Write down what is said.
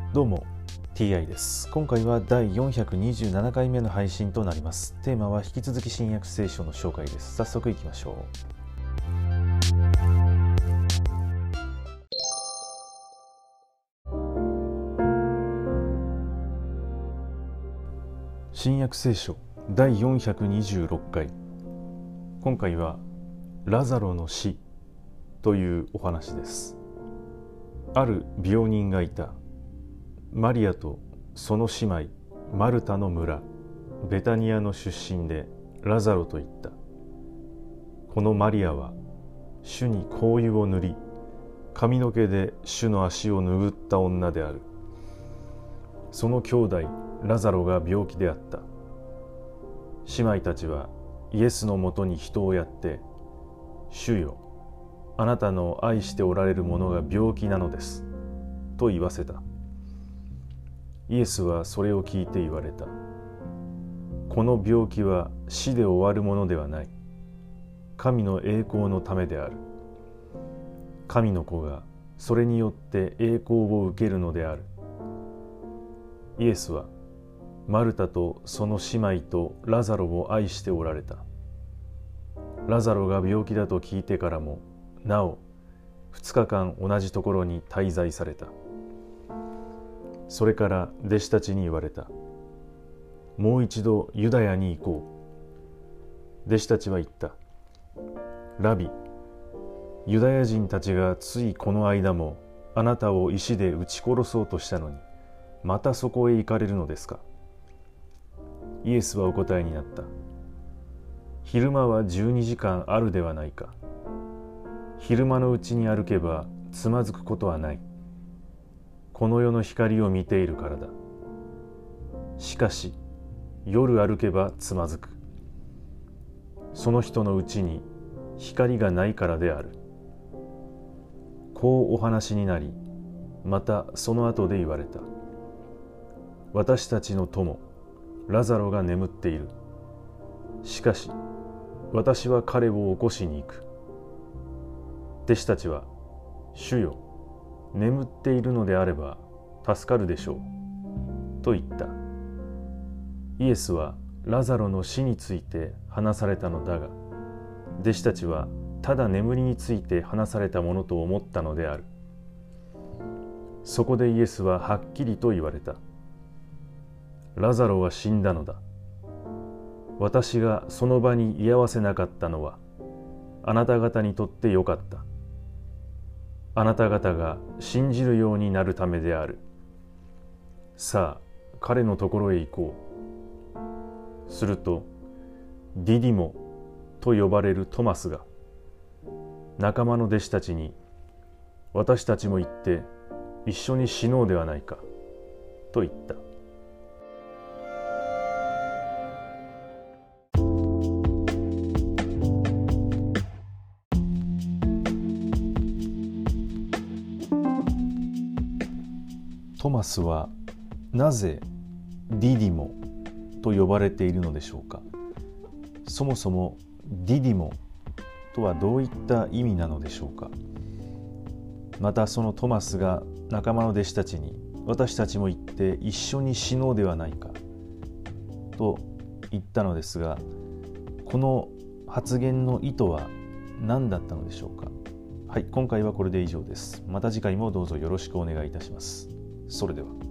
どうも TI です。今回は第427回目の配信となります。テーマは引き続き新約聖書の紹介です。早速いきましょう。新約聖書第426回。今回はラザロの死というお話です。ある病人がいた。マリアとその姉妹マルタの村ベタニアの出身でラザロといった。このマリアは主に香油を塗り、髪の毛で主の足を拭った女である。その兄弟ラザロが病気であった。姉妹たちはイエスのもとに人をやって、主よ、あなたの愛しておられる者が病気なのですと言わせた。イエスはそれを聞いて言われた。この病気は死で終わるものではない。神の栄光のためである。神の子がそれによって栄光を受けるのである。イエスはマルタとその姉妹とラザロを愛しておられた。ラザロが病気だと聞いてからも、なお2日間同じところに滞在された。それから弟子たちに言われた。もう一度ユダヤに行こう。弟子たちは言った。ラビ、ユダヤ人たちがついこの間もあなたを石で撃ち殺そうとしたのに、またそこへ行かれるのですか。イエスはお答えになった。昼間は12時間あるではないか。昼間のうちに歩けばつまずくことはない。この世の光を見ているからだ。しかし夜歩けばつまずく。その人のうちに光がないからである。こうお話になり、またその後で言われた。私たちの友ラザロが眠っている。しかし私は彼を起こしに行く。弟子たちは、主よ、眠っているのであれば助かるでしょうと言った。イエスはラザロの死について話されたのだが、弟子たちはただ眠りについて話されたものと思ったのである。そこでイエスははっきりと言われた。ラザロは死んだのだ。私がその場に居合わせなかったのはあなた方にとってよかった。あなた方が信じるようになるためである。さあ、彼のところへ行こう。すると、ディディモと呼ばれるトマスが、仲間の弟子たちに、私たちも行って一緒に死のうではないか、と言った。トマスはなぜディディモと呼ばれているのでしょうか。そもそもディディモとはどういった意味なのでしょうか。またそのトマスが仲間の弟子たちに、私たちも行って一緒に死のうではないかと言ったのですが、この発言の意図は何だったのでしょうか。はい、今回はこれで以上です。また次回もどうぞよろしくお願いいたします。それでは。